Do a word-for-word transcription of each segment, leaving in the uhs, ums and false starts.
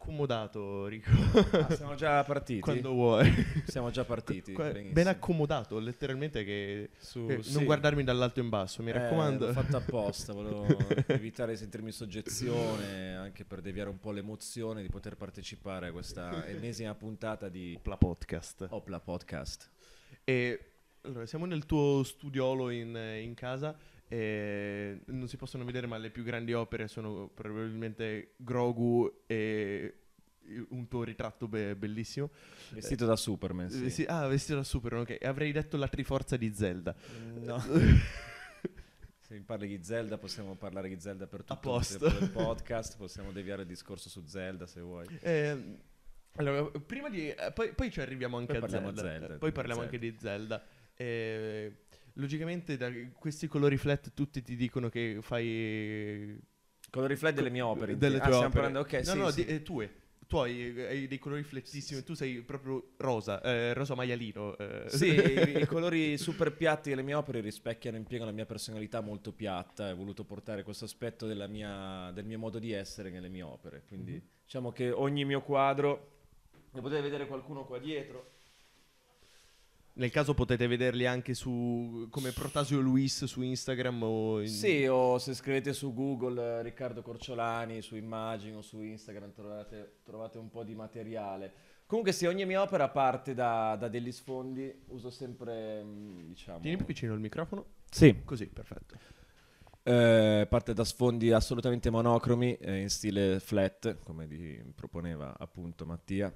accomodato, Rico. Ah, siamo già partiti? Quando vuoi. Siamo già partiti. Qua- benissimo. ben accomodato, letteralmente, che Su, eh, sì. non guardarmi dall'alto in basso, mi Eh, raccomando. L'ho fatto apposta, volevo evitare di sentirmi in soggezione, anche per deviare un po' l'emozione di poter partecipare a questa ennesima puntata di La podcast. Opla Podcast. E allora, siamo nel tuo studiolo in, in casa. E non si possono vedere, ma le più grandi opere sono probabilmente Grogu e un tuo ritratto be- bellissimo. Vestito da Superman, sì. Vesti- ah, vestito da Superman, ok. Avrei detto la Triforza di Zelda. No. Se mi parli di Zelda, possiamo parlare di Zelda per A tutto il posto. tempo del podcast, possiamo deviare il discorso su Zelda se vuoi. Eh, allora, prima di... eh, poi, poi ci arriviamo anche Poi a parliamo Zelda. a Zelda, Eh, poi di parliamo Zelda. anche di Zelda. Eh, logicamente da questi colori flat tutti ti dicono che fai... Colori flat delle mie opere. Delle intendi? tue ah, stiamo opere. parlando, ok, no, sì, no, sì. di- eh, tue. Tu hai, hai dei colori flettissimi, tu sei proprio rosa, eh, rosa maialino. eh. Sì, i, i colori super piatti delle mie opere rispecchiano in pieno la mia personalità molto piatta e ho voluto portare questo aspetto della mia, del mio modo di essere nelle mie opere. Quindi Mhm. diciamo che ogni mio quadro, ne potete vedere qualcuno qua dietro. Nel caso potete vederli anche su come Protasio Luis su Instagram o in... Sì, o se scrivete su Google eh, Riccardo Corciolani, su Immagine o su Instagram trovate, trovate un po' di materiale. Comunque sì, ogni mia opera parte da, da degli sfondi, uso sempre, mh, diciamo... Tieni più vicino il microfono. Sì. Così, perfetto. Eh, parte da sfondi assolutamente monocromi, eh, in stile flat, come di, proponeva appunto Mattia.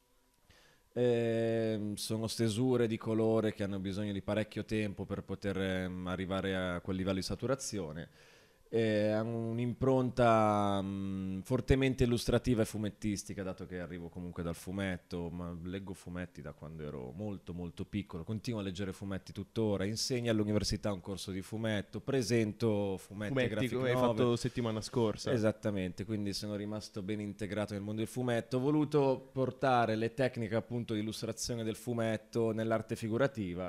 Eh, sono stesure di colore che hanno bisogno di parecchio tempo per poter ehm, arrivare a quel livello di saturazione. Eh, hanno un'impronta mh, fortemente illustrativa e fumettistica, dato che arrivo comunque dal fumetto, ma leggo fumetti da quando ero molto molto piccolo, continuo a leggere fumetti tuttora, insegno all'università un corso di fumetto, presento fumetti, e Fumetti, graphic come hai novel. fatto settimana scorsa. Esattamente, quindi sono rimasto ben integrato nel mondo del fumetto. Ho voluto portare le tecniche appunto di illustrazione del fumetto nell'arte figurativa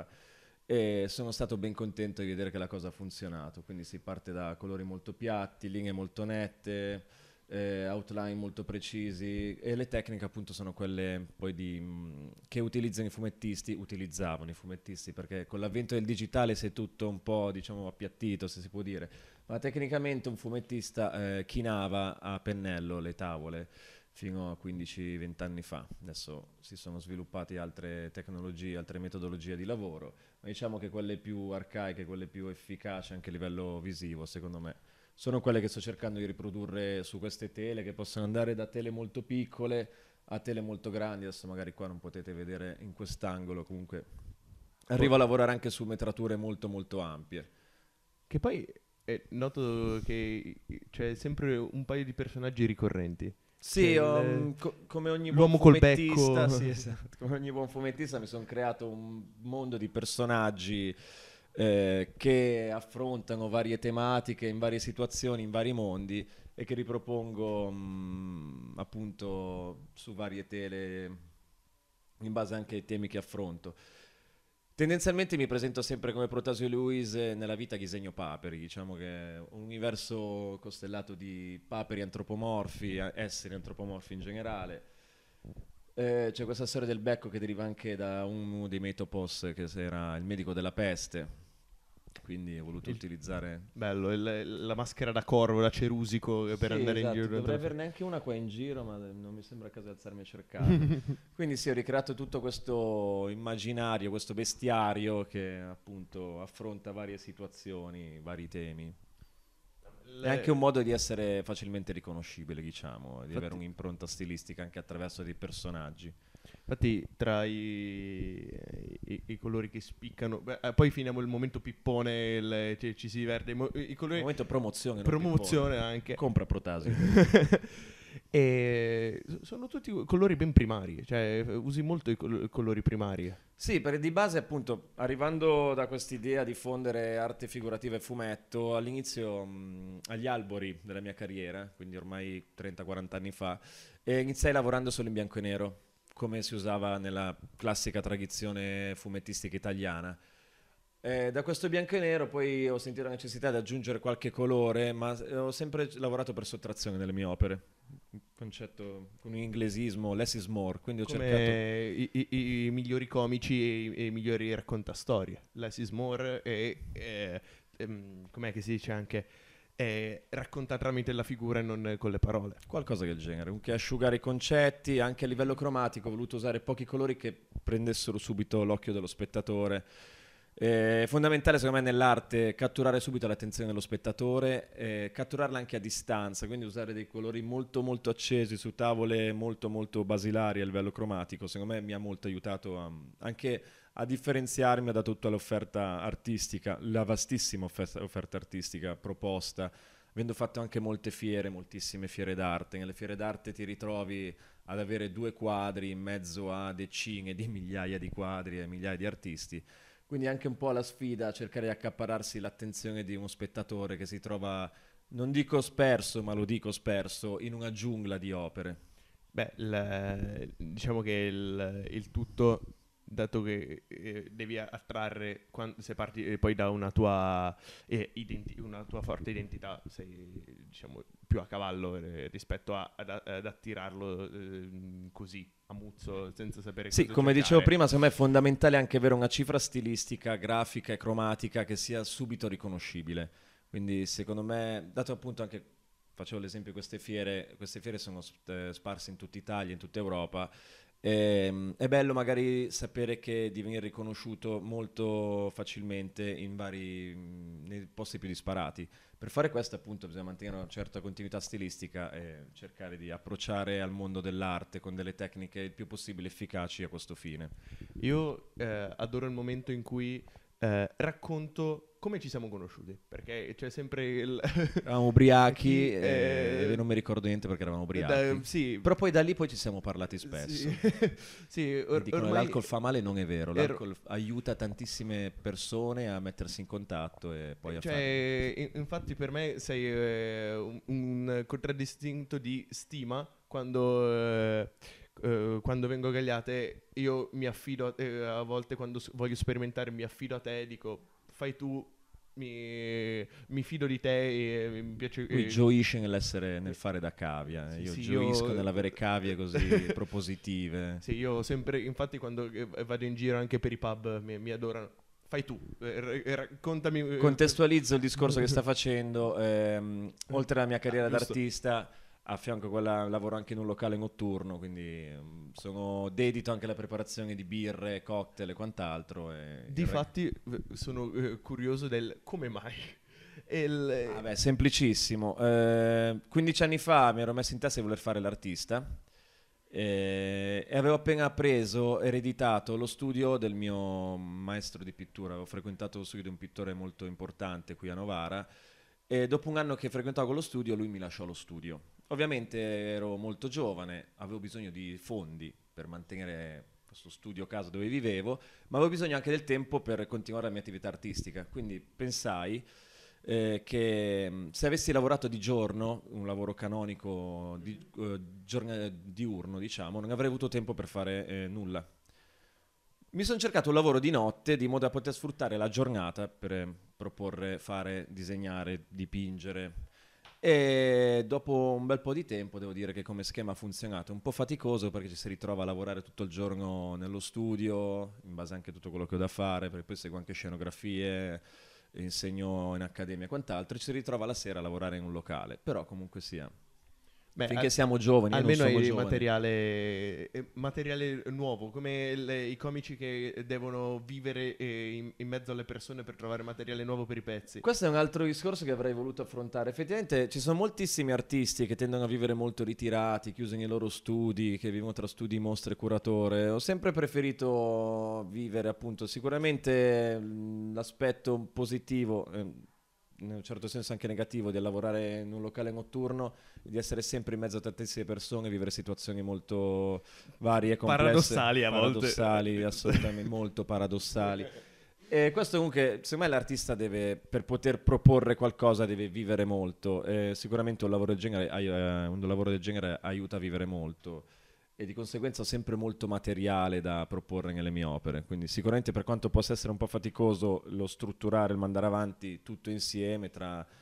e sono stato ben contento di vedere che la cosa ha funzionato. Quindi si parte da colori molto piatti, linee molto nette, eh, outline molto precisi e le tecniche appunto sono quelle poi di, mh, che utilizzano i fumettisti, utilizzavano i fumettisti, perché con l'avvento del digitale si è tutto un po', diciamo, appiattito, se si può dire. Ma tecnicamente un fumettista eh, chinava a pennello le tavole fino a quindici venti anni fa. Adesso si sono sviluppate altre tecnologie, altre metodologie di lavoro, ma diciamo che quelle più arcaiche, quelle più efficaci anche a livello visivo, secondo me, sono quelle che sto cercando di riprodurre su queste tele, che possono andare da tele molto piccole a tele molto grandi. Adesso magari qua non potete vedere in quest'angolo, comunque arrivo a lavorare anche su metrature molto molto ampie. Che poi eh, noto che c'è sempre un paio di personaggi ricorrenti. Sì, C'è ho, il- mm, co- come ogni l'uomo buon col fumettista, becco. sì, esatto, come ogni buon fumettista mi sono creato un mondo di personaggi eh, che affrontano varie tematiche in varie situazioni, in vari mondi e che ripropongo mm, appunto su varie tele in base anche ai temi che affronto. Tendenzialmente mi presento sempre come Protasio Luis, nella vita disegno paperi, diciamo che è un universo costellato di paperi antropomorfi, eh, esseri antropomorfi in generale. Eh, c'è questa storia del becco che deriva anche da uno dei miei topos, che era il medico della peste, quindi ho voluto Il- utilizzare... Bello, il- la maschera da corvo, da cerusico per Sì, andare esatto, in giro. dovrei averne anche una qua in giro, ma non mi sembra il caso di alzarmi a cercarla. Quindi sì, ho ricreato tutto questo immaginario, questo bestiario che appunto affronta varie situazioni, vari temi. È anche un modo di essere facilmente riconoscibile, diciamo, di avere Infatti- un'impronta stilistica anche attraverso dei personaggi. Infatti, tra i, i- i colori che spiccano, beh, eh, poi finiamo il momento pippone, il- ci, ci si diverte. I, mo- i Al colori momento promozione, non promozione pippone. anche. Compra Protasi. E sono tutti colori ben primari, cioè usi molto i col- colori primari. Sì, per di base appunto, arrivando da quest'idea di fondere arte figurativa e fumetto, all'inizio mh, agli albori della mia carriera, quindi ormai trenta quaranta anni fa, e iniziai lavorando solo in bianco e nero, come si usava nella classica tradizione fumettistica italiana. Eh, da questo bianco e nero poi ho sentito la necessità di aggiungere qualche colore, ma eh, ho sempre lavorato per sottrazione nelle mie opere. un concetto con un inglesismo, less is more, quindi ho Come cercato... i, i- i migliori comici e i, e i migliori raccontastorie. Less is more e, e, ehm, com'è che si dice anche, eh, racconta tramite la figura e non con le parole. Qualcosa del genere, anche asciugare i concetti, anche a livello cromatico ho voluto usare pochi colori che prendessero subito l'occhio dello spettatore. Eh, È fondamentale secondo me nell'arte catturare subito l'attenzione dello spettatore, eh, catturarla anche a distanza, quindi usare dei colori molto molto accesi su tavole molto molto basilari a livello cromatico, secondo me mi ha molto aiutato a- anche a differenziarmi da tutta l'offerta artistica, la vastissima offerta, offerta artistica proposta, avendo fatto anche molte fiere, moltissime fiere d'arte. Nelle fiere d'arte ti ritrovi ad avere due quadri in mezzo a decine di migliaia di quadri e migliaia di artisti. Quindi anche un po' la sfida a cercare di accaparrarsi l'attenzione di uno spettatore che si trova, non dico sperso, ma lo dico sperso, in una giungla di opere. Beh, il- diciamo che il, il tutto, dato che eh, devi attrarre, quan- se parti eh, poi da una tua, eh, identi- una tua forte identità, sei diciamo più a cavallo eh, rispetto a- ad, ad attirarlo eh, così, a muzzo, senza sapere Sì, cosa come cercare. dicevo prima, secondo me è fondamentale anche avere una cifra stilistica, grafica e cromatica che sia subito riconoscibile. Quindi secondo me, dato appunto anche, facevo l'esempio di queste fiere, queste fiere sono sp- sparse in tutta Italia, in tutta Europa, ehm, è bello magari sapere che di venire riconosciuto molto facilmente in vari, mh, nei posti più disparati. Per fare questo appunto bisogna mantenere una certa continuità stilistica e cercare di approcciare al mondo dell'arte con delle tecniche il più possibile efficaci a questo fine. Io eh, adoro il momento in cui eh, racconto come ci siamo conosciuti, perché c'è sempre il... Eravamo ubriachi, chi, e eh, non mi ricordo niente perché eravamo da- ubriachi. sì, Però poi da lì poi ci siamo parlati spesso. sì, sì, E or- dicono che ormai l'alcol fa male, non è vero. ero- L'alcol aiuta tantissime persone a mettersi in contatto e poi a fare... cioè, in- infatti per me sei eh, un, un contraddistinto di stima quando, eh, eh, quando vengo a Gagliate. Io mi affido a, eh, a volte quando s- voglio sperimentare mi affido a te e dico fai tu, mi, mi fido di te e mi piace. Lui eh, gioisce nell'essere, nel fare da cavia. sì, Io sì, gioisco io- nell'avere cavie così propositive. Sì, io sempre, infatti quando eh, vado in giro anche per i pub mi, mi adorano. Fai tu, eh, r- eh, raccontami. eh, Contestualizzo il discorso che sta facendo. ehm, oltre alla mia carriera Ah, giusto. d'artista, a fianco a quella lavoro anche in un locale notturno, quindi ehm, sono dedito anche alla preparazione di birre, cocktail e quant'altro. E il re- Difatti eh, sono eh, curioso del come mai. E il- Ah, beh, semplicissimo. Eh, quindici anni fa mi ero messo in testa di voler fare l'artista eh, e avevo appena preso, ereditato lo studio del mio maestro di pittura. Avevo frequentato lo studio di un pittore molto importante qui a Novara e dopo un anno che frequentavo quello studio lui mi lasciò lo studio. Ovviamente ero molto giovane, avevo bisogno di fondi per mantenere questo studio casa dove vivevo, ma avevo bisogno anche del tempo per continuare la mia attività artistica. Quindi pensai eh, che mh, se avessi lavorato di giorno, un lavoro canonico di, eh, giorna- diurno, diciamo, non avrei avuto tempo per fare eh, nulla. Mi sono cercato un lavoro di notte di modo da poter sfruttare la giornata per eh, proporre, fare, disegnare, dipingere. E dopo un bel po' di tempo devo dire che come schema ha funzionato. Un po' faticoso perché ci si ritrova a lavorare tutto il giorno nello studio, in base anche a tutto quello che ho da fare, perché poi seguo anche scenografie, insegno in accademia e quant'altro, ci si ritrova la sera a lavorare in un locale. Però comunque sia, beh, finché al- siamo giovani, io non almeno sono hai giovane. materiale, eh, materiale nuovo, come il- i comici che devono vivere eh, in, in mezzo alle persone per trovare materiale nuovo per i pezzi. Questo è un altro discorso che avrei voluto affrontare. Effettivamente ci sono moltissimi artisti che tendono a vivere molto ritirati, chiusi nei loro studi, che vivono tra studi, mostre e curatore. Ho sempre preferito vivere, appunto, sicuramente mh, l'aspetto positivo, eh, in un certo senso anche negativo, di lavorare in un locale notturno, di essere sempre in mezzo a tantissime persone, vivere situazioni molto varie e complesse. Paradossali a volte. Paradossali, assolutamente, molto paradossali. E questo comunque, secondo me l'artista deve, per poter proporre qualcosa, deve vivere molto. E sicuramente un lavoro del genere, ai- eh, un lavoro del genere aiuta a vivere molto e di conseguenza ho sempre molto materiale da proporre nelle mie opere. Quindi sicuramente per quanto possa essere un po' faticoso lo strutturare, il mandare avanti tutto insieme tra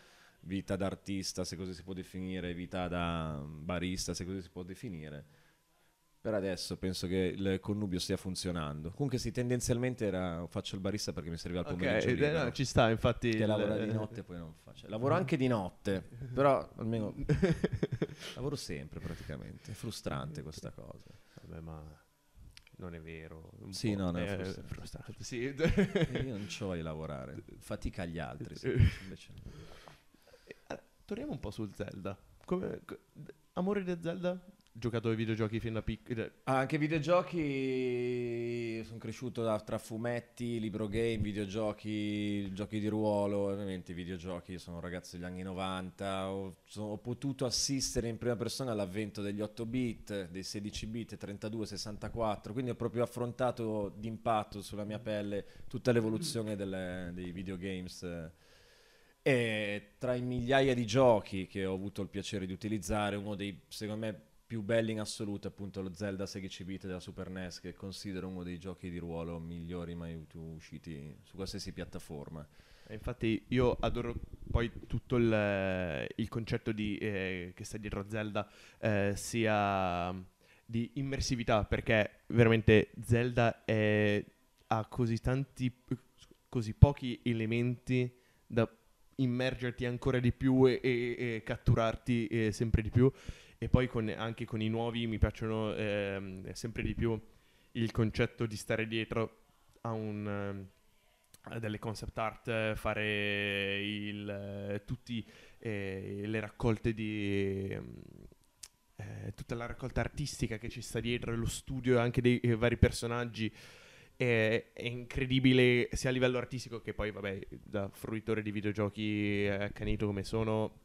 vita d'artista, se così si può definire, vita da barista, se così si può definire. Per adesso penso che il connubio stia funzionando. Comunque sì, tendenzialmente era, faccio il barista perché mi serviva il pomeriggio Ok, eh, libero. no, ci sta, infatti. Che il- lavora di notte poi non faccio. Lavoro anche di notte, però almeno lavoro sempre praticamente. È frustrante questa cosa. Vabbè, ma non è vero. Un Sì, po'. no, no, è È frustrante. frustrante, sì. E io non ci voglio lavorare. Fatica agli altri, sì, invece no. Eh, Torniamo un po' su Zelda. Come, co- amore di Zelda? Giocato ai videogiochi fin da piccolo. Ah, anche videogiochi, sono cresciuto da- tra fumetti, libro game, videogiochi, giochi di ruolo, ovviamente i videogiochi, io sono un ragazzo degli anni novanta, ho, sono- ho potuto assistere in prima persona all'avvento degli otto bit, dei sedici bit, trentadue, sessantaquattro, quindi ho proprio affrontato d'impatto sulla mia pelle tutta l'evoluzione delle- dei videogames. eh. E tra i migliaia di giochi che ho avuto il piacere di utilizzare, uno dei, secondo me, più belli in assoluto è appunto lo Zelda sedici bit della Super N E S, che considero uno dei giochi di ruolo migliori mai ut- usciti su qualsiasi piattaforma. E infatti io adoro poi tutto il, il concetto di, eh, che sta dietro Zelda, eh, sia di immersività, perché veramente Zelda è- ha così tanti, così pochi elementi da immergerti ancora di più e, e- e catturarti eh, sempre di più. E poi con- anche con i nuovi mi piacciono ehm, sempre di più il concetto di stare dietro a un... ehm, a delle concept art, eh, fare il, eh, tutti eh, le raccolte di ehm, eh, tutta la raccolta artistica che ci sta dietro e lo studio anche dei eh, vari personaggi è, è incredibile sia a livello artistico che poi vabbè da fruitore di videogiochi eh, accanito come sono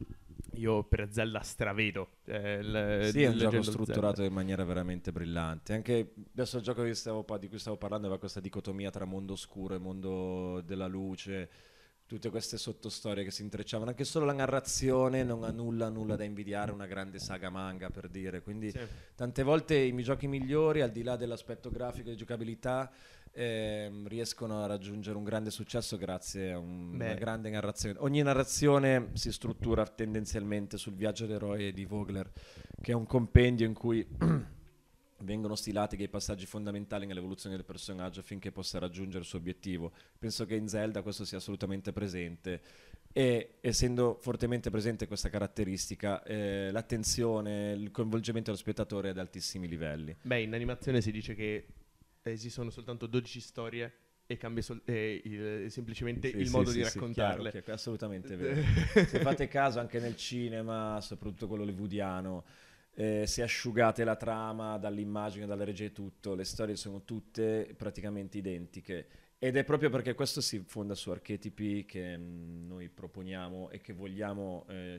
io per Zelda stravedo eh, il- Sì, è un The gioco Legend of strutturato Zelda. in maniera veramente brillante. Anche adesso il gioco che stavo pa- di cui stavo parlando aveva questa dicotomia tra mondo oscuro e mondo della luce, tutte queste sottostorie che si intrecciavano. Anche solo la narrazione non ha nulla, nulla da invidiare a una grande saga manga, per dire. Quindi Sì. tante volte i miei giochi migliori, al di là dell'aspetto grafico e di giocabilità, ehm, riescono a raggiungere un grande successo grazie a un- una Beh, grande narrazione. Ogni narrazione si struttura tendenzialmente sul viaggio d'eroe di Vogler, che è un compendio in cui vengono stilati dei passaggi fondamentali nell'evoluzione del personaggio affinché possa raggiungere il suo obiettivo. Penso che in Zelda questo sia assolutamente presente e essendo fortemente presente questa caratteristica, eh, l'attenzione, il coinvolgimento dello spettatore è ad altissimi livelli. beh, in animazione si dice che esistono soltanto dodici storie e cambia sol- e il- semplicemente Sì, il sì, modo sì, di sì, raccontarle. chiaro, chiaro, assolutamente vero. Se fate caso anche nel cinema, soprattutto quello hollywoodiano, eh, si è asciugate la trama dall'immagine, dalla regia e tutto, le storie sono tutte praticamente identiche ed è proprio perché questo si fonda su archetipi che mh, noi proponiamo e che vogliamo, eh,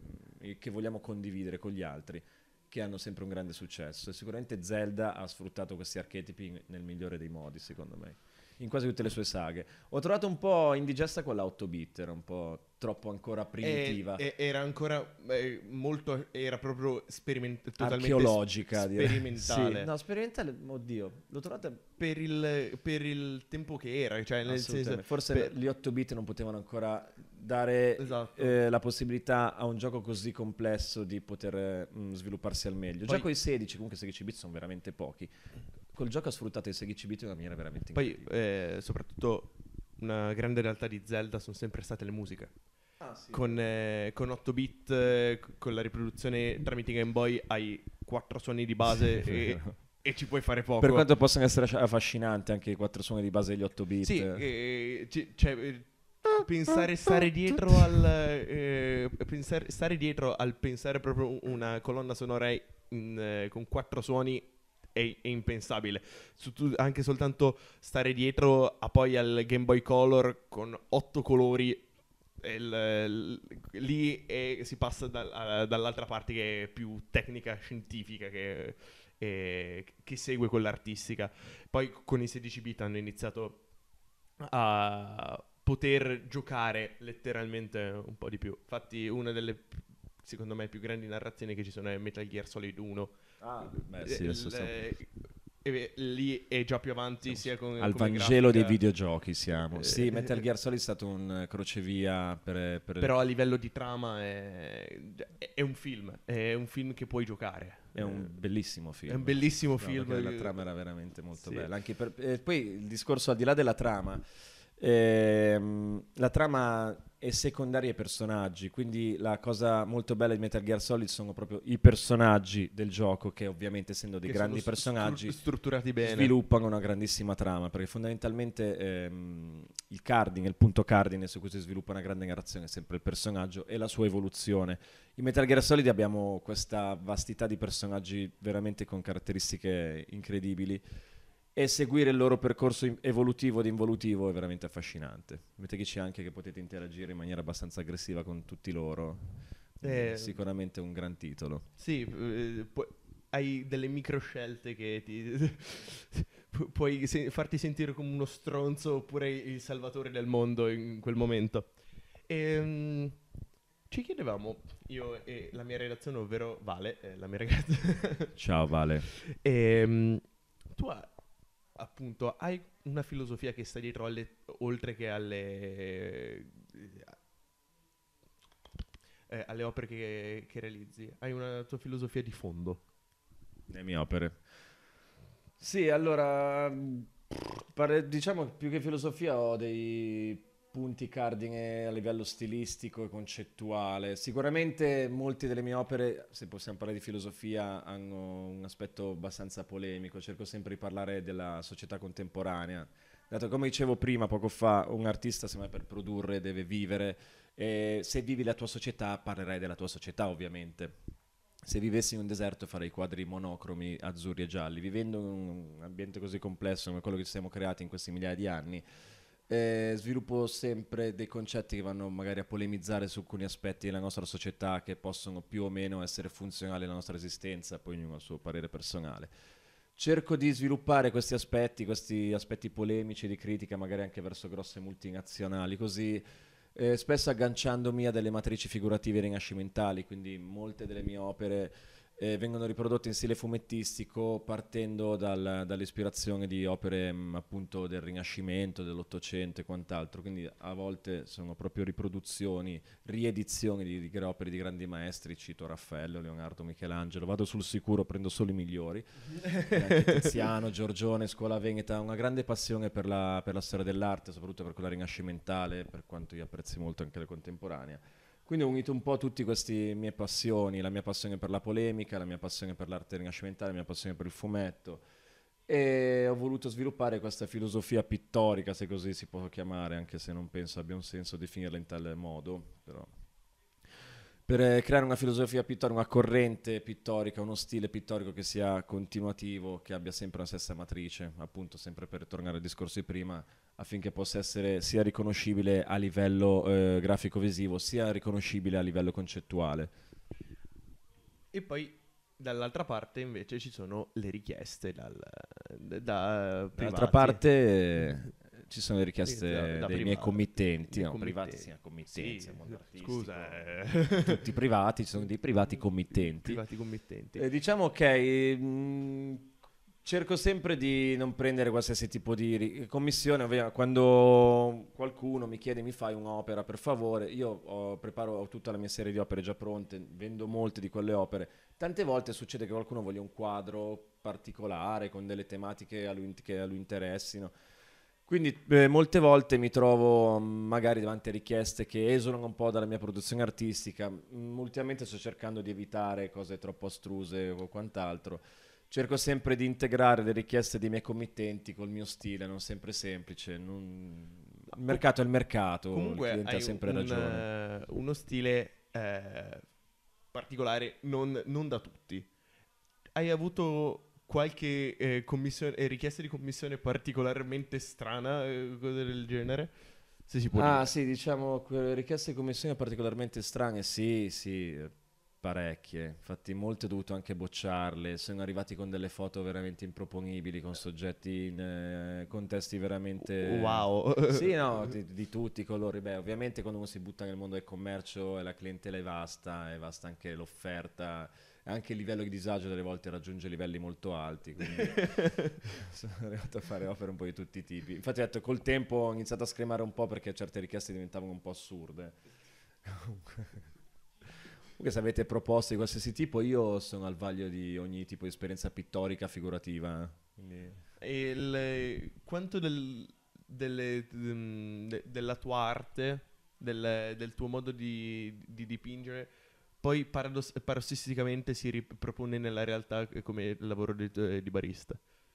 e che vogliamo condividere con gli altri, che hanno sempre un grande successo e sicuramente Zelda ha sfruttato questi archetipi nel migliore dei modi, secondo me, in quasi tutte le sue saghe. Ho trovato un po' indigesta con l'otto bit, era un po' troppo ancora primitiva, E- e- era ancora eh, molto, era proprio speriment- totalmente archeologica, s- direi. Sì, sperimentale no, sperimentale, oddio, l'ho trovata per il, per il tempo che era, cioè nel senso, assolutamente. Forse per- gli otto bit non potevano ancora dare esatto. eh, la possibilità a un gioco così complesso di poter eh, mh, svilupparsi al meglio. Già Poi- con i sedici, comunque sedici bit sono veramente pochi. Col gioco ha sfruttato i sedici bit in una maniera veramente Poi incredibile. eh, soprattutto una grande realtà di Zelda sono sempre state le musiche. Ah, sì. Con, eh, con otto bit, eh, c- con la riproduzione tramite Game Boy hai quattro suoni di base Sì, è e, vero. e ci puoi fare poco. Per quanto possono essere affascinanti anche i quattro suoni di base degli otto bit. Sì, eh, ci- cioè, eh, pensare stare dietro al eh, pensare, stare dietro al pensare proprio una colonna sonora in, eh, con quattro suoni è, è impensabile. Su tu- anche soltanto stare dietro a poi al Game Boy Color con otto colori e il- il- lì è- si passa dal- a- dall'altra parte che è più tecnica scientifica che, eh, che segue quella artistica. Poi con i sedici bit hanno iniziato a poter giocare letteralmente un po' di più. Infatti, una delle pi- secondo me più grandi narrazioni che ci sono è Metal Gear Solid uno. Ah, beh, Eh, sì, adesso il- stiamo- eh, e lì è già più avanti sia con al come Vangelo grafica. dei videogiochi siamo. Eh, Sì, Metal Gear Solid è stato un crocevia per, per Però a livello di trama è, è un film, è un film che puoi giocare. È un bellissimo film. È un bellissimo No, film. perché la trama era veramente molto Sì. bella. Anche per, eh, poi il discorso al di là della trama, ehm, la trama è secondaria ai personaggi, quindi la cosa molto bella di Metal Gear Solid sono proprio i personaggi del gioco che ovviamente essendo dei Che grandi sono stru- personaggi strutturati bene. sviluppano una grandissima trama, perché fondamentalmente ehm, il cardine, il punto cardine su cui si sviluppa una grande narrazione è sempre il personaggio e la sua evoluzione. In Metal Gear Solid abbiamo questa vastità di personaggi veramente con caratteristiche incredibili e seguire il loro percorso in- evolutivo ed involutivo è veramente affascinante. Metteteci anche che potete interagire in maniera abbastanza aggressiva con tutti loro. Eh, È sicuramente un gran titolo. Sì, eh, pu- hai delle micro scelte che ti pu- puoi se- farti sentire come uno stronzo oppure il salvatore del mondo in quel momento. Ehm, ci chiedevamo, io e la mia redazione, ovvero Vale, eh, la mia ragazza, Ciao Vale. ehm, tu ha- appunto hai una filosofia che sta dietro alle, oltre che alle, eh, alle opere che, che realizzi, hai una tua filosofia di fondo. Le mie opere. Sì, allora, mh, pare- diciamo che più che filosofia ho dei punti cardine a livello stilistico e concettuale. Sicuramente molte delle mie opere, se possiamo parlare di filosofia, hanno un aspetto abbastanza polemico. Cerco sempre di parlare della società contemporanea. Dato, come dicevo prima, poco fa, un artista, secondo me, per produrre deve vivere. E se vivi la tua società, parlerai della tua società, ovviamente. Se vivessi in un deserto farei quadri monocromi azzurri e gialli. Vivendo in un ambiente così complesso come quello che ci siamo creati in questi migliaia di anni, eh, sviluppo sempre dei concetti che vanno magari a polemizzare su alcuni aspetti della nostra società che possono più o meno essere funzionali alla nostra esistenza, poi ognuno ha il suo parere personale. Cerco di sviluppare questi aspetti, questi aspetti polemici di critica, magari anche verso grosse multinazionali, così eh, spesso agganciandomi a delle matrici figurative rinascimentali, quindi molte delle mie opere eh, vengono riprodotte in stile fumettistico partendo dal- dall'ispirazione di opere mh, appunto del Rinascimento, dell'Ottocento e quant'altro, quindi a volte sono proprio riproduzioni, riedizioni di, di opere di grandi maestri, cito Raffaello, Leonardo, Michelangelo, vado sul sicuro, prendo solo i migliori, e anche Tiziano, Giorgione, Scuola Veneta, una grande passione per la, per la storia dell'arte, soprattutto per quella rinascimentale, per quanto io apprezzi molto anche la contemporanea. Quindi ho unito un po' tutte queste mie passioni, la mia passione per la polemica, la mia passione per l'arte rinascimentale, la mia passione per il fumetto e ho voluto sviluppare questa filosofia pittorica, se così si può chiamare, anche se non penso abbia un senso definirla in tale modo, però per eh, creare una filosofia pittorica, una corrente pittorica, uno stile pittorico che sia continuativo, che abbia sempre la stessa matrice, appunto sempre per tornare al discorso di prima, affinché possa essere sia riconoscibile a livello eh, grafico-visivo, sia riconoscibile a livello concettuale. E poi dall'altra parte invece ci sono le richieste dal, da, da Dall'altra privati. parte eh, ci sono le richieste Da- da dei miei privati. committenti, Dei no, committenti. privati sì, committenti, Sì, è un mondo artistico. scusa, eh. Tutti privati, ci sono dei privati committenti. Privati committenti. Eh, diciamo che mh, cerco sempre di non prendere qualsiasi tipo di ri- commissione. ovvia- Quando qualcuno mi chiede mi fai un'opera per favore, io ho- preparo ho tutta la mia serie di opere già pronte, vendo molte di quelle opere. Tante volte succede che qualcuno voglia un quadro particolare con delle tematiche a lui, che a lui interessino. Quindi eh, molte volte mi trovo mh, magari davanti a richieste che esulano un po' dalla mia produzione artistica. Mm, ultimamente sto cercando di evitare cose troppo astruse o quant'altro. Cerco sempre di integrare le richieste dei miei committenti col mio stile, non sempre semplice. non- Il mercato è il mercato, il Comunque cliente hai ha sempre un, ragione. eh, uno stile eh, particolare non, non da tutti. Hai avuto qualche eh, commissione, eh, richiesta di commissione particolarmente strana, eh, cose del genere? Se si può Ah dire. sì, diciamo, que- richieste di commissioni particolarmente strane, sì, sì, eh, parecchie. Infatti molte ho dovuto anche bocciarle, sono arrivati con delle foto veramente improponibili, con soggetti in eh, contesti veramente... Wow. Sì, no, di, di tutti i colori. Beh, ovviamente quando uno si butta nel mondo del commercio e la clientela è vasta, è vasta anche l'offerta, anche il livello di disagio delle volte raggiunge livelli molto alti, quindi sono arrivato a fare opere un po' di tutti i tipi. Infatti ho detto, col tempo ho iniziato a scremare un po' perché certe richieste diventavano un po' assurde. Comunque se avete proposte di qualsiasi tipo, io sono al vaglio di ogni tipo di esperienza pittorica, figurativa. Quindi... E il, quanto del, delle, de, della tua arte, del, del tuo modo di, di dipingere, poi paradoss- parossisticamente si ripropone nella realtà come lavoro di, di barista?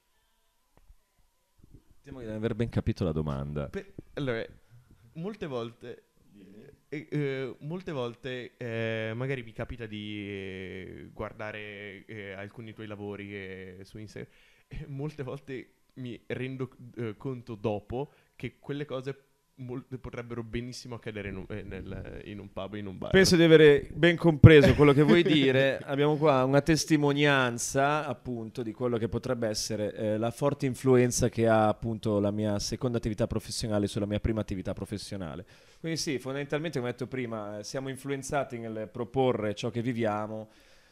Temo di non aver ben capito la domanda. Per, allora, molte volte... E, eh, molte volte eh, magari mi capita di eh, guardare eh, alcuni tuoi lavori eh, su Instagram e molte volte mi rendo eh, conto dopo che quelle cose mol- potrebbero benissimo accadere in un, eh, nel, in un pub, in un bar. Penso di avere ben compreso quello che vuoi dire. Abbiamo qua una testimonianza appunto di quello che potrebbe essere eh, la forte influenza che ha appunto la mia seconda attività professionale sulla mia prima attività professionale. Quindi sì, fondamentalmente, come ho detto prima, eh, siamo influenzati nel proporre ciò che viviamo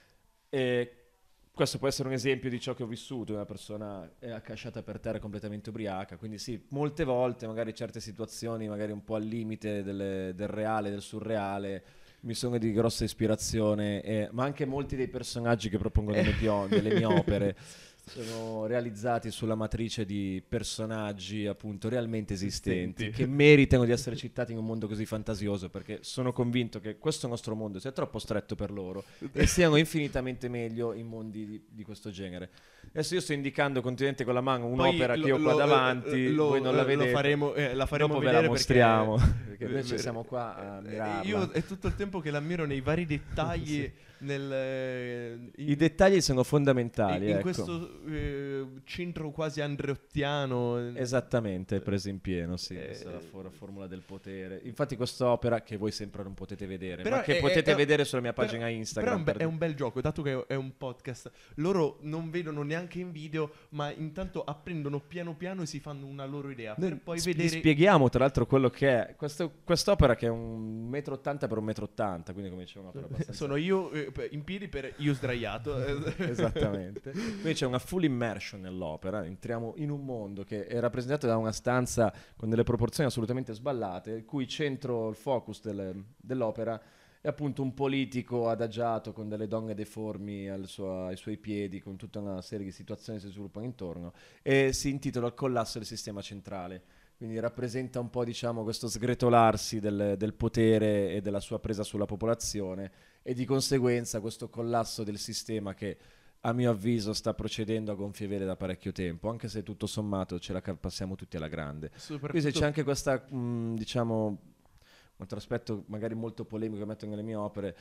e questo può essere un esempio di ciò che ho vissuto. Una persona è accasciata per terra completamente ubriaca, quindi sì, molte volte magari certe situazioni magari un po' al limite delle, del reale, del surreale, mi sono di grossa ispirazione, e, ma anche molti dei personaggi che propongo nelle, pio- nelle mie opere sono realizzati sulla matrice di personaggi appunto realmente esistenti, Esistenti. che meritano di essere citati in un mondo così fantasioso, perché sono convinto che questo nostro mondo sia troppo stretto per loro e siano infinitamente meglio in mondi di, di questo genere. Adesso io sto indicando continuamente con la mano un'opera Poi che ho lo- qua lo- davanti, lo- voi non la lo vedete, faremo- eh, la faremo dopo ve vedere la mostriamo, perché, perché noi ci siamo qua a Eh, mirarla. Io è tutto il tempo che l'ammiro nei vari dettagli. Sì. nel, eh, in, I dettagli sono fondamentali, in, in ecco. questo eh, centro quasi andreottiano. Esattamente, preso in pieno, sì, Eh, questa è la for- formula del potere. Infatti quest'opera, che voi sempre non potete vedere, Però ma che è- potete è- vedere sulla mia però- pagina Però è Instagram. un, be- per- è un bel gioco, dato che è un podcast. Loro non vedono neanche in video, ma intanto apprendono piano piano e si fanno una loro idea. Noi Per poi sp- vedere... spieghiamo tra l'altro quello che è questo- quest'opera, che è un metro ottanta per un metro ottanta, quindi come dicevo un'opera abbastanza... Sono io eh, in piedi per io sdraiato. Esattamente. Quindi c'è una full immersion nell'opera, entriamo in un mondo che è rappresentato da una stanza con delle proporzioni assolutamente sballate, il cui centro, il focus delle- dell'opera è appunto un politico adagiato con delle donne deformi al suo- ai suoi piedi, con tutta una serie di situazioni che si sviluppano intorno, e si intitola Il collasso del sistema centrale. Quindi rappresenta un po', diciamo, questo sgretolarsi del, del potere e della sua presa sulla popolazione, e di conseguenza questo collasso del sistema che, a mio avviso, sta procedendo a gonfie vele da parecchio tempo, anche se tutto sommato ce la ca- passiamo tutti alla grande. Quindi se c'è anche questa, mh, diciamo, un altro aspetto magari molto polemico che metto nelle mie opere,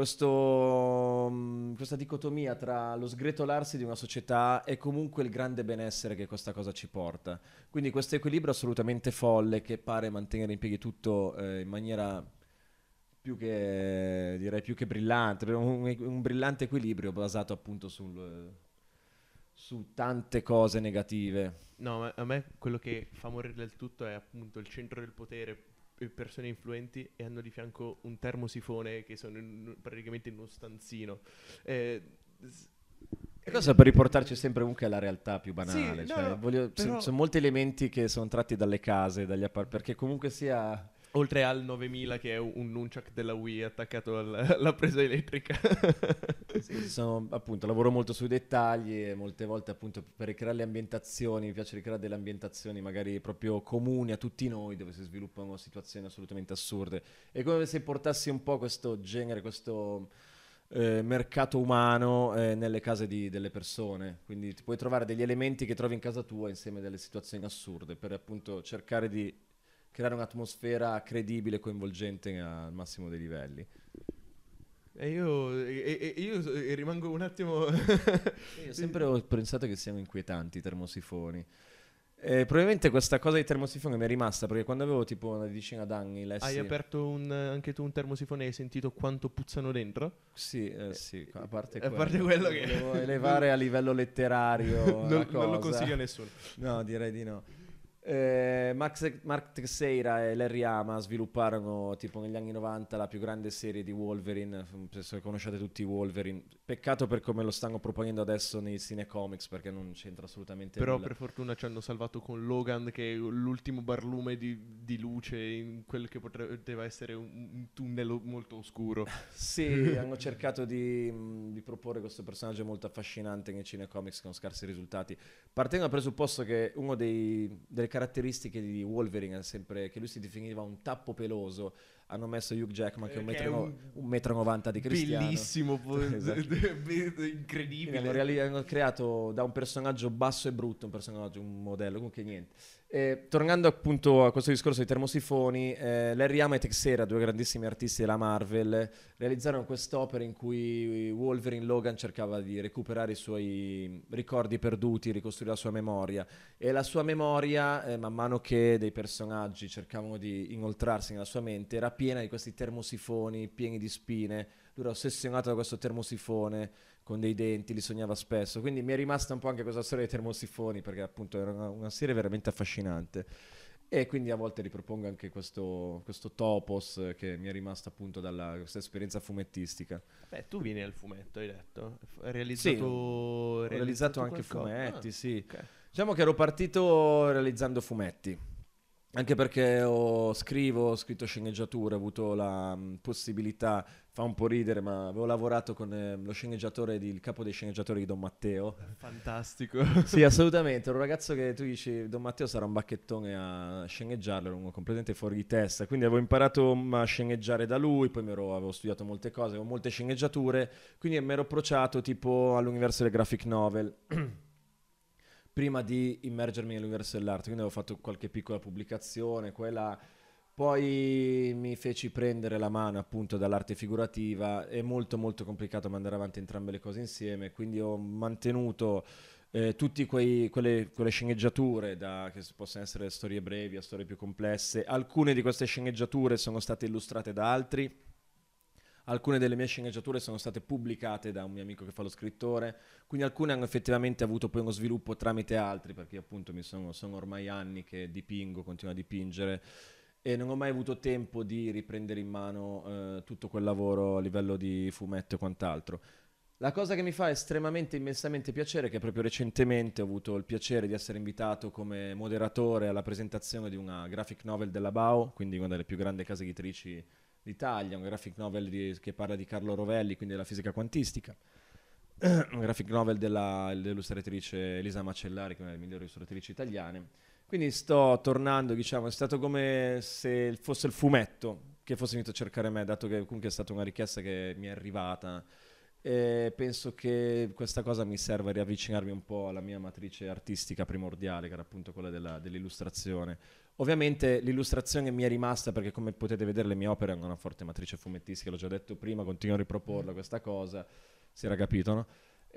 questo, mh, questa dicotomia tra lo sgretolarsi di una società e comunque il grande benessere che questa cosa ci porta. Quindi questo equilibrio assolutamente folle che pare mantenere in piedi tutto eh, in maniera più che, direi più che brillante, un, un brillante equilibrio basato appunto sul, su tante cose negative. No, ma a me quello che fa morire del tutto è appunto il centro del potere, eh, persone influenti e hanno di fianco un termosifone che sono in- praticamente in uno stanzino. Eh, s- E questo per riportarci sempre comunque alla realtà più banale. Sì, no, cioè, no, voglio- ci però- sono molti elementi che sono tratti dalle case, dagli appart- perché comunque sia... Oltre al novemila che è un un nunchuck della Wii attaccato al- alla presa elettrica. Sì, sono, appunto, lavoro molto sui dettagli e molte volte appunto per ricreare le ambientazioni, mi piace ricreare delle ambientazioni magari proprio comuni a tutti noi, dove si sviluppano situazioni assolutamente assurde. È come se portassi un po' questo genere, questo eh, mercato umano eh, nelle case di- delle persone. Quindi ti puoi trovare degli elementi che trovi in casa tua insieme a delle situazioni assurde, per appunto cercare di creare un'atmosfera credibile e coinvolgente al massimo dei livelli. E io, e- e- io s- rimango un attimo... Io sempre ho pensato che siano inquietanti i termosifoni. Eh, probabilmente questa cosa dei termosifoni mi è rimasta perché quando avevo tipo una decina d'anni lessi... Hai aperto un- anche tu un termosifone e hai sentito quanto puzzano dentro? Sì, eh, sì, a parte A quello, parte quello che- volevo elevare a livello letterario non, la non lo cosa. consiglio a nessuno. No, direi di no. Eh, Max, Mark Teixeira e Larry Hama svilupparono tipo negli anni novanta la più grande serie di Wolverine, penso che conosciate tutti Wolverine, peccato per come lo stanno proponendo adesso nei cinecomics perché non c'entra assolutamente Però nulla. per fortuna ci hanno salvato con Logan, che è l'ultimo barlume di, di luce in quel che poteva essere un, un tunnel molto oscuro. Sì, hanno cercato di, mh, di proporre questo personaggio molto affascinante nei cinecomics con scarsi risultati. Partendo dal presupposto che uno dei, delle caratteristiche di Wolverine è sempre che lui si definiva un tappo peloso, hanno messo Hugh Jackman che è un Che è metro, un un metro e novanta di cristiano. Bellissimo, po- Esatto. incredibile. Hanno, reali- hanno creato da un personaggio basso e brutto un personaggio, un modello, comunque niente. Eh, tornando appunto a questo discorso dei termosifoni, eh, Larry Hama e Texeira, due grandissimi artisti della Marvel, realizzarono quest'opera in cui Wolverine Logan cercava di recuperare i suoi ricordi perduti, ricostruire la sua memoria, e la sua memoria, eh, man mano che dei personaggi cercavano di inoltrarsi nella sua mente, era piena di questi termosifoni pieni di spine. Lui era ossessionato da questo termosifone con dei denti, li sognava spesso, quindi mi è rimasta un po' anche questa storia dei termosifoni perché appunto era una, una serie veramente affascinante, e quindi a volte ripropongo anche questo, questo topos che mi è rimasto appunto dalla questa esperienza fumettistica. Beh, tu vieni al fumetto, hai detto. Hai Sì, realizzato, ho realizzato anche qualcosa? fumetti, Ah, sì. ok. Diciamo che ero partito realizzando fumetti, anche perché ho, scrivo, ho scritto sceneggiature, ho avuto la mh, possibilità, fa un po' ridere, ma avevo lavorato con eh, lo sceneggiatore, di, il capo dei sceneggiatori di Don Matteo. Fantastico. Sì, assolutamente, era un ragazzo che tu dici, Don Matteo sarà un bacchettone a sceneggiarlo, era uno completamente fuori di testa, quindi avevo imparato mh, a sceneggiare da lui, poi mi ero, avevo studiato molte cose, avevo molte sceneggiature, quindi mi ero approcciato tipo all'universo del graphic novel. Prima di immergermi nell'universo dell'arte, quindi avevo fatto qualche piccola pubblicazione, quella, poi mi feci prendere la mano appunto dall'arte figurativa, è molto molto complicato mandare avanti entrambe le cose insieme, quindi ho mantenuto eh, tutte quelle, quelle sceneggiature, da, che possono essere storie brevi a storie più complesse. Alcune di queste sceneggiature sono state illustrate da altri. Alcune delle mie sceneggiature sono state pubblicate da un mio amico che fa lo scrittore, quindi alcune hanno effettivamente avuto poi uno sviluppo tramite altri, perché appunto mi sono, sono ormai anni che dipingo, continuo a dipingere, e non ho mai avuto tempo di riprendere in mano eh, tutto quel lavoro a livello di fumetto e quant'altro. La cosa che mi fa estremamente, immensamente piacere è che proprio recentemente ho avuto il piacere di essere invitato come moderatore alla presentazione di una graphic novel della Bao, quindi una delle più grandi case editrici d'Italia, un graphic novel di, che parla di Carlo Rovelli, quindi della fisica quantistica, un graphic novel della, dell'illustratrice Elisa Macellari, che è una delle migliori illustratrici italiane. Quindi sto tornando, diciamo, è stato come se fosse il fumetto che fosse venuto a cercare me, dato che comunque è stata una richiesta che mi è arrivata. E penso che questa cosa mi serva a riavvicinarmi un po' alla mia matrice artistica primordiale, che era appunto quella della, dell'illustrazione. Ovviamente l'illustrazione mi è rimasta perché, come potete vedere, le mie opere hanno una forte matrice fumettistica, l'ho già detto prima, continuo a riproporla questa cosa, si era capito, no?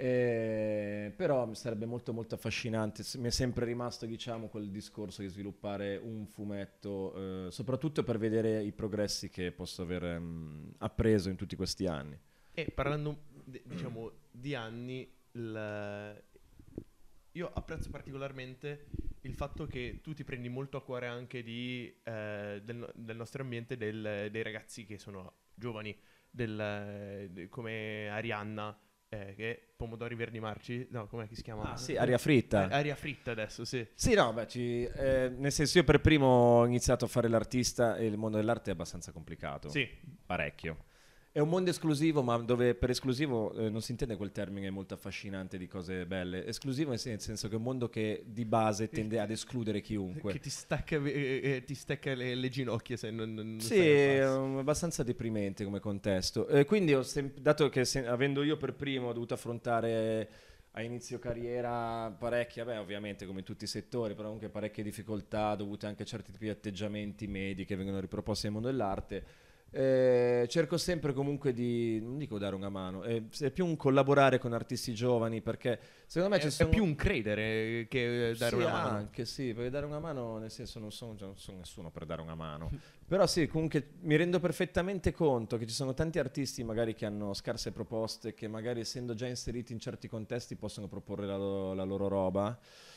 E, però sarebbe molto molto affascinante, mi è sempre rimasto, diciamo, quel discorso di sviluppare un fumetto, eh, soprattutto per vedere i progressi che posso aver mh, appreso in tutti questi anni. E parlando, d- diciamo, di anni, il- io apprezzo particolarmente il fatto che tu ti prendi molto a cuore anche di, eh, del, no- del nostro ambiente, del- dei ragazzi che sono giovani, del- de- come Arianna, eh, che è Pomodori Verdi Marci, no, com'è che si chiama? Ah sì, Aria Fritta. Eh, Aria Fritta adesso, sì. Sì, no, beh, ci, eh, nel senso, io per primo ho iniziato a fare l'artista e il mondo dell'arte è abbastanza complicato. Sì. Parecchio. È un mondo esclusivo, ma dove per esclusivo eh, non si intende quel termine molto affascinante di cose belle. Esclusivo nel senso che è un mondo che di base tende ad escludere chiunque. Che ti stacca, eh, eh, ti stacca le, le ginocchia se non, non Sì, stai al è passo. um, abbastanza deprimente come contesto. Eh, quindi ho sem- dato che se- avendo io per primo dovuto affrontare a inizio carriera parecchie, beh, ovviamente come in tutti i settori, però anche parecchie difficoltà dovute anche a certi tipi di atteggiamenti medi che vengono riproposti nel mondo dell'arte. Eh, cerco sempre comunque di, non dico dare una mano, è, è più un collaborare con artisti giovani, perché secondo me È, ci è sono... più un credere che dare Sì, una mano. anche sì, perché dare una mano, nel senso, non sono, non sono nessuno per dare una mano. Però sì, comunque mi rendo perfettamente conto che ci sono tanti artisti magari che hanno scarse proposte, che magari essendo già inseriti in certi contesti possono proporre la, lo- la loro roba.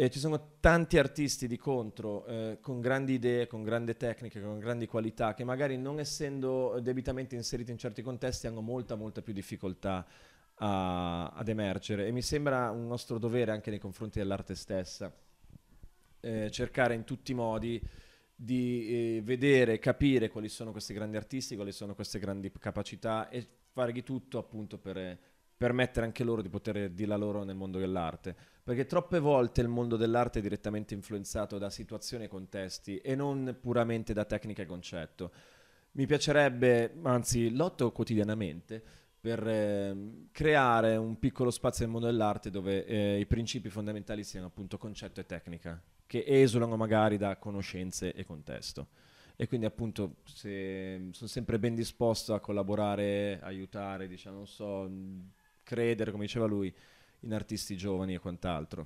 E ci sono tanti artisti di contro, eh, con grandi idee, con grandi tecniche, con grandi qualità, che magari non essendo debitamente inseriti in certi contesti hanno molta, molta più difficoltà a, ad emergere. E mi sembra un nostro dovere anche nei confronti dell'arte stessa, eh, cercare in tutti i modi di eh, vedere, capire quali sono questi grandi artisti, quali sono queste grandi capacità e fare di tutto appunto per... Eh, permettere anche loro di poter dire la loro nel mondo dell'arte, perché troppe volte il mondo dell'arte è direttamente influenzato da situazioni e contesti e non puramente da tecnica e concetto. Mi piacerebbe, anzi lotto quotidianamente per eh, creare un piccolo spazio nel mondo dell'arte dove eh, i principi fondamentali siano appunto concetto e tecnica, che esulano magari da conoscenze e contesto. E quindi appunto se, sono sempre ben disposto a collaborare, aiutare, diciamo, non so, credere, come diceva lui, in artisti giovani e quant'altro.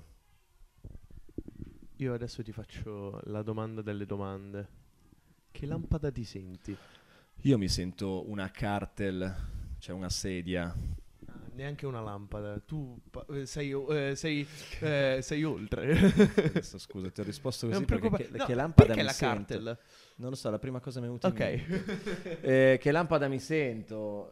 Io adesso ti faccio la domanda delle domande. Che lampada ti senti? Io mi sento una cartel, cioè una sedia. Ah, neanche una lampada. Tu pa- eh, sei, eh, sei, eh, sei oltre. Adesso scusa, ti ho risposto così Non perché preoccupa- che, no, che lampada perché mi la sento? cartel? Non lo so, la prima cosa mi è venuta in Ok. mente. Eh, che lampada mi sento?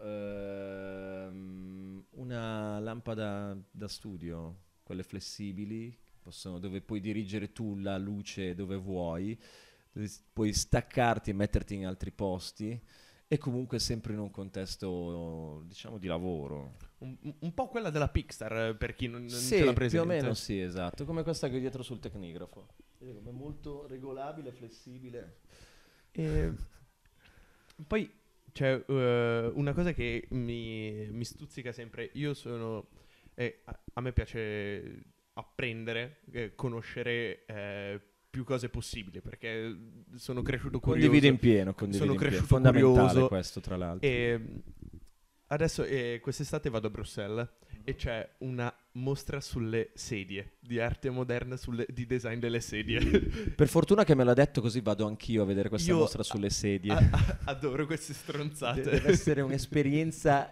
Ehm, una lampada da studio, quelle flessibili, possono- dove puoi dirigere tu la luce dove vuoi, dove s- puoi staccarti e metterti in altri posti e comunque sempre in un contesto, diciamo, di lavoro. Un, un po' quella della Pixar, eh, per chi non, non Sì, ce l'ha più o presente. meno sì, esatto, come questa che ho dietro sul tecnigrafo. Vedi com'è molto regolabile, flessibile. E poi c'è eh, una cosa che mi, mi stuzzica sempre. Io sono... eh, a, a me piace apprendere, eh, conoscere eh, più cose possibili, perché sono cresciuto curioso. Condivido in pieno, condivido sono in pieno. cresciuto Fondamentale curioso. questo, tra l'altro. E adesso eh, quest'estate vado a Bruxelles e c'è una mostra sulle sedie, di arte moderna, sulle- di design delle sedie. Per fortuna che me l'ha detto, così vado anch'io a vedere questa Io mostra sulle sedie. a- a- adoro queste De- stronzate. deve essere un'esperienza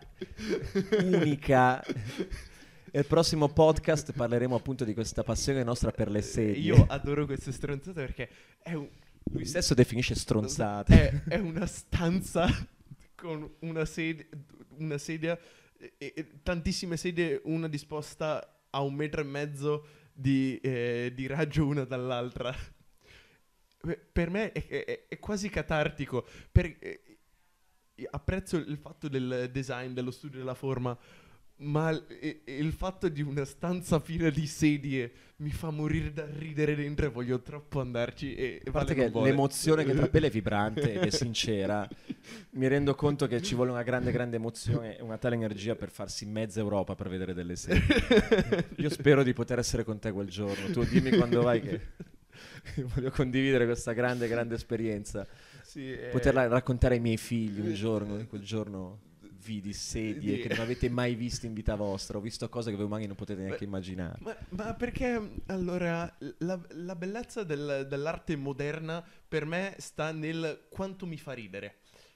unica. Nel prossimo podcast parleremo appunto di questa passione nostra per le sedie. Io adoro queste stronzate perché è, un- Lui stesso definisce stronzate. è, è una stanza con una, sed- una sedia e, e tantissime sedie, una disposta a un metro e mezzo di, eh, di raggio una dall'altra. Per- Per me è, è- è quasi catartico. Per, eh, apprezzo il fatto del design, dello studio della forma, ma il, e- e il fatto di una stanza piena di sedie mi fa morire da ridere dentro e voglio troppo andarci. E, e A parte Vale non che vuole. l'emozione che trapela è vibrante ed è sincera, mi rendo conto che ci vuole una grande, grande emozione e una tale energia per farsi mezza Europa per vedere delle serie. Io spero di poter essere con te quel giorno. Tu dimmi quando vai che voglio condividere questa grande, grande esperienza. Sì, eh, Poterla raccontare ai miei figli un giorno, in quel giorno vidi sedie che non avete mai visto in vita vostra. Ho visto cose che voi umani non potete neanche immaginare. Ma, ma perché allora la, la bellezza del- dell'arte moderna per me sta nel quanto mi fa ridere.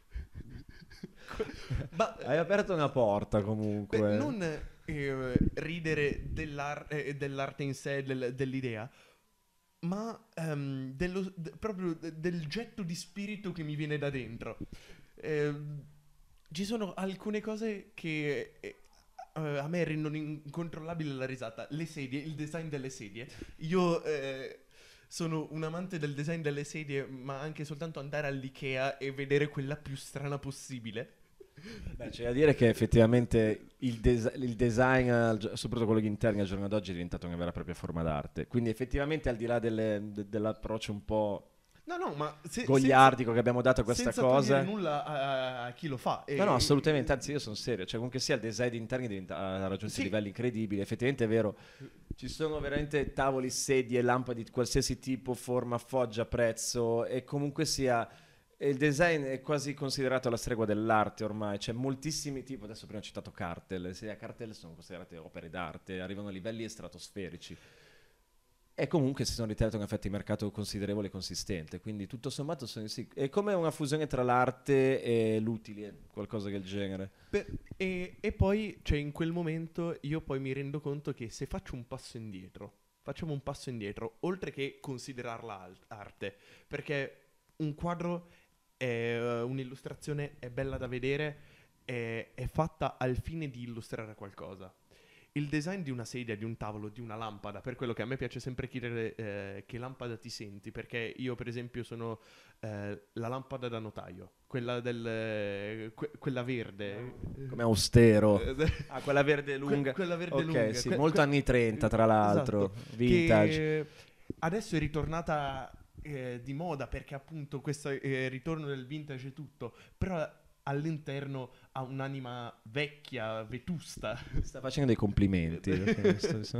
Ma Hai aperto una porta comunque. beh, non eh, ridere dell'ar- eh, dell'arte in sé, del- dell'idea, ma ehm, dello- de- proprio de- del getto di spirito che mi viene da dentro. Ehm, ci sono alcune cose che eh, eh, a me rendono incontrollabile la risata. Le sedie, il design delle sedie. Io eh, sono un amante del design delle sedie, ma anche soltanto andare all'Ikea e vedere quella più strana possibile. Beh, c'è da dire che effettivamente il, des- il design, al gio- soprattutto quello interni al giorno d'oggi, è diventato una vera e propria forma d'arte. Quindi effettivamente al di là delle- de- dell'approccio un po' No, no, ma se, goliardico che abbiamo dato a questa senza cosa. togliere nulla a, a chi lo fa. E- No, no, assolutamente, anzi io sono serio, cioè comunque sia il design interni diventa- ha raggiunto Sì. livelli incredibili, effettivamente è vero, ci sono veramente tavoli, sedie, lampade di qualsiasi tipo, forma, foggia, prezzo e comunque sia il design è quasi considerato la stregua dell'arte ormai, c'è moltissimi tipi, adesso prima ho citato cartel, le sedie a cartel sono considerate opere d'arte, arrivano a livelli stratosferici. E comunque si sono ritirati un effetto di mercato considerevole e consistente, quindi tutto sommato sono, sì, è come una fusione tra l'arte e l'utile, qualcosa del genere. Per- e, e poi, cioè, in quel momento io poi mi rendo conto che se faccio un passo indietro facciamo un passo indietro, oltre che considerarla al- arte, perché un quadro è uh, un'illustrazione, è bella da vedere, è, è fatta al fine di illustrare qualcosa. Il design di una sedia, di un tavolo, di una lampada, per quello che a me piace sempre chiedere eh, che lampada ti senti, perché io per esempio sono eh, la lampada da notaio, quella del eh, que- quella verde. Come austero. Eh, Ah, quella verde lunga. que- quella verde Ok, lunga. sì, que- molto que- anni trenta tra l'altro, esatto, vintage. che adesso è ritornata eh, di moda perché appunto questo eh, ritorno del vintage e tutto, però all'interno ha un'anima vecchia, vetusta. Sta facendo dei complimenti. perché sto-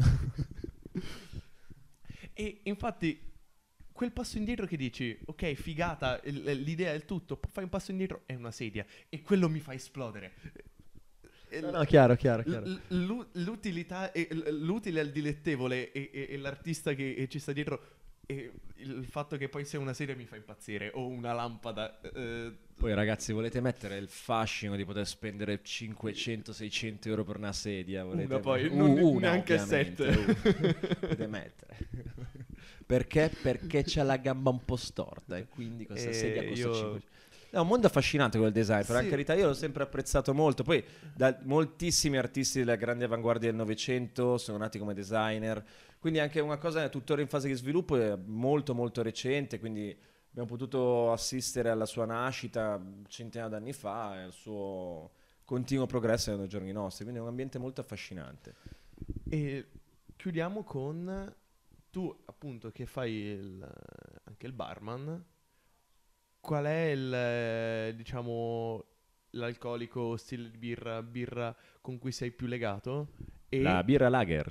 E infatti quel passo indietro che dici, ok, figata, l- l'idea è il tutto, poi fai un passo indietro, è una sedia e quello mi fa esplodere. No, no, chiaro, chiaro, chiaro. L- l'u- l'utilità e l- l'utile al dilettevole e, e- e l'artista che e ci sta dietro e il fatto che poi sia una sedia mi fa impazzire o una lampada eh, Poi ragazzi, volete mettere il fascino di poter spendere cinquecento seicento euro per una sedia? Volete una poi Uh, non una, neanche ovviamente, sette. uh, potete mettere. Perché? Perché c'ha la gamba un po' storta e quindi questa Eh, sedia costa io- cinquecento. È un mondo affascinante quel design, per Sì. carità, io l'ho sempre apprezzato molto. Poi da moltissimi artisti della grande avanguardia del Novecento sono nati come designer, quindi anche una cosa tuttora in fase di sviluppo è molto molto recente, quindi abbiamo potuto assistere alla sua nascita centinaia d'anni fa e al suo continuo progresso nei giorni nostri, quindi è un ambiente molto affascinante. E chiudiamo con tu appunto che fai il- anche il barman. Qual è il eh, diciamo l'alcolico stile di birra birra con cui sei più legato? E La birra lager,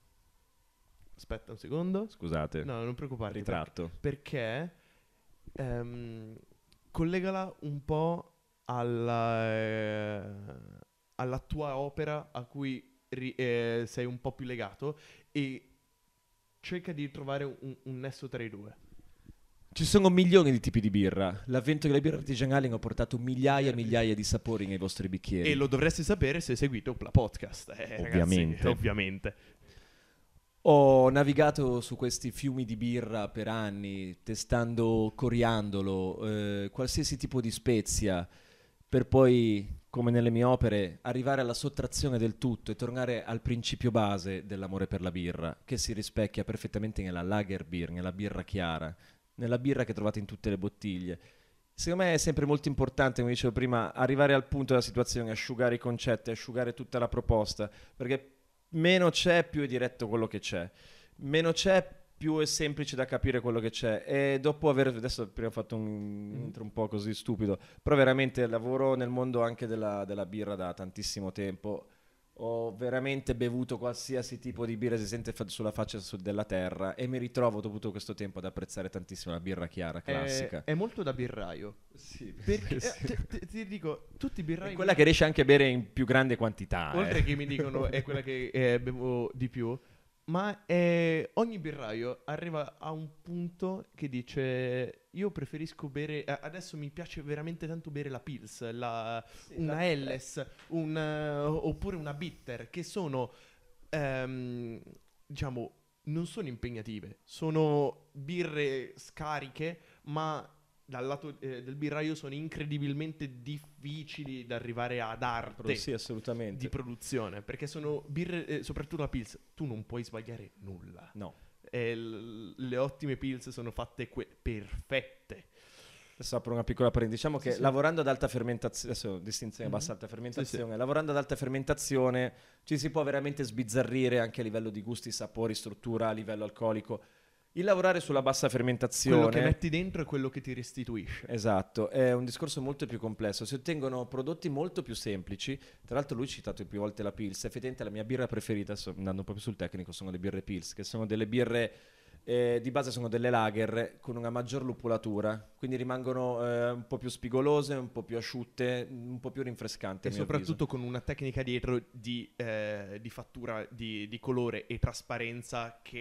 aspetta un secondo. scusate, No, non preoccuparti. ritratto. Perché ehm, collegala un po' alla, eh, alla tua opera a cui ri- eh, sei un po' più legato e cerca di trovare un, un nesso tra i due. Ci sono milioni di tipi di birra. L'avvento delle birre artigianali ha portato migliaia e migliaia di sapori nei vostri bicchieri. E lo dovreste sapere se seguite Opla Podcast. Eh, ragazzi, Ovviamente. ovviamente. Ho navigato su questi fiumi di birra per anni, testando coriandolo, eh, qualsiasi tipo di spezia, per poi, come nelle mie opere, arrivare alla sottrazione del tutto e tornare al principio base dell'amore per la birra, che si rispecchia perfettamente nella lager beer, nella birra chiara, nella birra che trovate in tutte le bottiglie. Secondo me è sempre molto importante, come dicevo prima, arrivare al punto della situazione, asciugare i concetti, asciugare tutta la proposta, perché meno c'è, più è diretto quello che c'è. Meno c'è, più è semplice da capire quello che c'è. E dopo aver... Adesso prima ho fatto un intro un po' così stupido, però veramente lavoro nel mondo anche della, della birra da tantissimo tempo. Ho veramente bevuto qualsiasi tipo di birra esistente fa- sulla faccia su- della terra e mi ritrovo dopo tutto questo tempo ad apprezzare tantissimo la birra chiara, classica. È, è molto da birraio. Sì, Perché sì. eh, ti, ti- ti dico, tutti i birrai È quella che riesce anche a bere in più grande quantità. oltre eh. che mi dicono è quella che eh, bevo di più, ma eh, ogni birraio arriva a un punto che dice io preferisco bere, eh, adesso mi piace veramente tanto bere la Pils, la, una Helles, un, eh, oppure una Bitter, che sono, ehm, diciamo, non sono impegnative, sono birre scariche, ma dal lato eh, del birraio sono incredibilmente difficili da arrivare ad arte Sì, assolutamente. di produzione, perché sono birre, eh, soprattutto la Pils, tu non puoi sbagliare nulla. No. E l- le ottime Pils sono fatte que- perfette. Adesso apro una piccola parentesi. Diciamo Sì, che sì. lavorando ad alta fermentazione, adesso distinzione Mhm. bassa alta fermentazione, Sì, lavorando ad alta fermentazione ci si può veramente sbizzarrire anche a livello di gusti, sapori, struttura, a livello alcolico. Il lavorare sulla bassa fermentazione, Quello che metti dentro è quello che ti restituisce. esatto, è un discorso molto più complesso. Si ottengono prodotti molto più semplici. Tra l'altro lui ha citato più volte la Pils. Effettivamente la mia birra preferita, adesso andando proprio sul tecnico, sono le birre Pils, che sono delle birre eh, di base sono delle lager con una maggior lupulatura, quindi rimangono eh, un po' più spigolose, un po' più asciutte, un po' più rinfrescanti. E a mio soprattutto con una tecnica dietro di, eh, di fattura, di, di colore e trasparenza che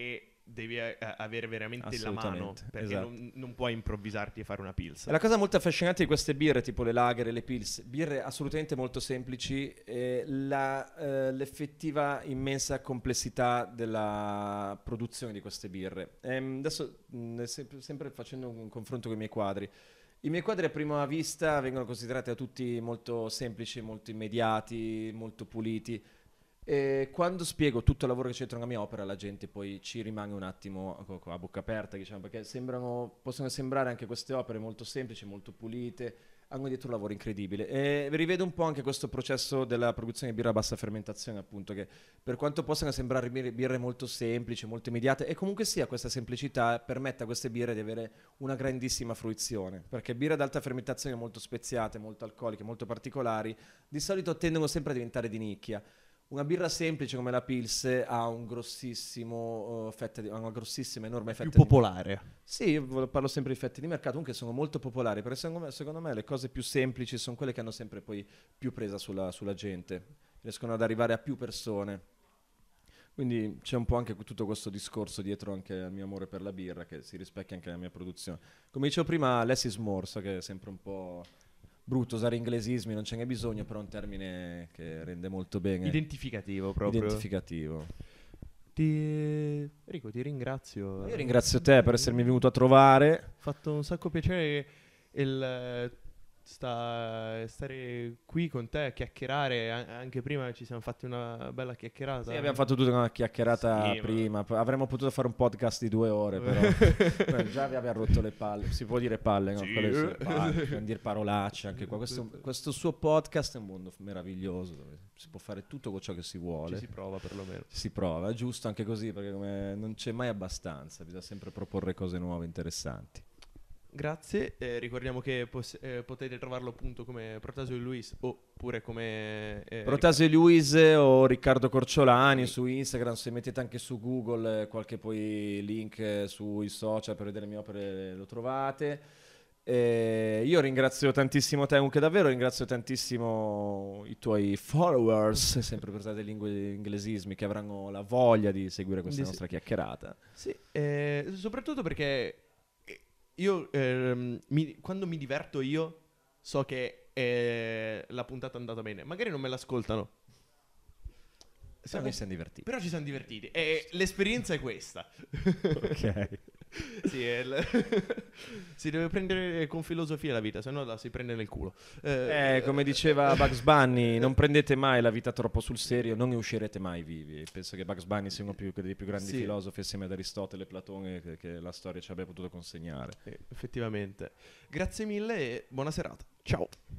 devi eh, avere veramente la mano, perché esatto. non, non puoi improvvisarti e fare una pils. E la cosa molto affascinante di queste birre, tipo le lager e le pils, birre assolutamente molto semplici, eh, la, eh, l'effettiva immensa complessità della produzione di queste birre. Ehm, adesso, mh, sempre, sempre facendo un confronto con i miei quadri, i miei quadri a prima vista vengono considerati da tutti molto semplici, molto immediati, molto puliti. E quando spiego tutto il lavoro che c'è dentro la mia opera, la gente poi ci rimane un attimo a bocca aperta, diciamo, perché sembrano, possono sembrare anche queste opere molto semplici, molto pulite, hanno dietro un lavoro incredibile. E rivedo un po' anche questo processo della produzione di birra a bassa fermentazione, appunto, che per quanto possano sembrare birre, birre molto semplici, molto immediate, e comunque sia questa semplicità permette a queste birre di avere una grandissima fruizione, perché birre ad alta fermentazione molto speziate, molto alcoliche, molto particolari, di solito tendono sempre a diventare di nicchia. Una birra semplice come la Pils ha un grossissimo uh, fetta di, una grossissima, enorme fetta più popolare. Di... Sì, io parlo sempre di fette di mercato, comunque sono molto popolari, perché secondo me, secondo me le cose più semplici sono quelle che hanno sempre poi più presa sulla, sulla gente, riescono ad arrivare a più persone. Quindi c'è un po' anche tutto questo discorso dietro anche al mio amore per la birra, che si rispecchia anche nella mia produzione. Come dicevo prima, less is more, so che è sempre un po' brutto usare inglesismi, non ce n'è bisogno, però è un termine che rende molto bene. Identificativo proprio. Identificativo. Ti... Enrico, ti ringrazio. Io ringrazio te per essermi venuto a trovare. Ha fatto un sacco piacere il sta, stare qui con te a chiacchierare. Anche prima ci siamo fatti una bella chiacchierata. Sì, abbiamo fatto tutta una chiacchierata sì, prima. Ma... Avremmo potuto fare un podcast di due ore, però già vi abbiamo rotto le palle. Si può dire palle, no? Sì. Sono palle, non dire parolacce anche qua. Questo, questo suo podcast è un mondo meraviglioso dove si può fare tutto con ciò che si vuole. Ci si prova perlomeno. Ci si prova, è giusto anche così, perché come non c'è mai abbastanza, bisogna sempre proporre cose nuove, interessanti. Grazie, eh, ricordiamo che pos- eh, potete trovarlo appunto come Protasio e Luis oppure come eh, Protasio e Luis o Riccardo Corciolani sì. Su Instagram, se mettete anche su Google eh, qualche poi link eh, sui social per vedere le mie opere lo trovate. Eh, io ringrazio tantissimo te, comunque davvero ringrazio tantissimo i tuoi followers, sempre per usare lingue inglesismi, che avranno la voglia di seguire questa Dis- nostra chiacchierata. Sì, eh, soprattutto perché io ehm, mi, quando mi diverto io so che eh, la puntata è andata bene. Magari non me l'ascoltano. Siamo, noi siamo divertiti. Però ci siamo divertiti. E l'esperienza è questa. Ok. Sì, è l- si deve prendere con filosofia la vita, se no la si prende nel culo. Eh, eh, come diceva Bugs Bunny, non prendete mai la vita troppo sul serio, non ne uscirete mai vivi. Penso che Bugs Bunny sia uno più, dei più grandi sì. filosofi assieme ad Aristotele e Platone che, che la storia ci abbia potuto consegnare. Eh, effettivamente. Grazie mille e buona serata. Ciao.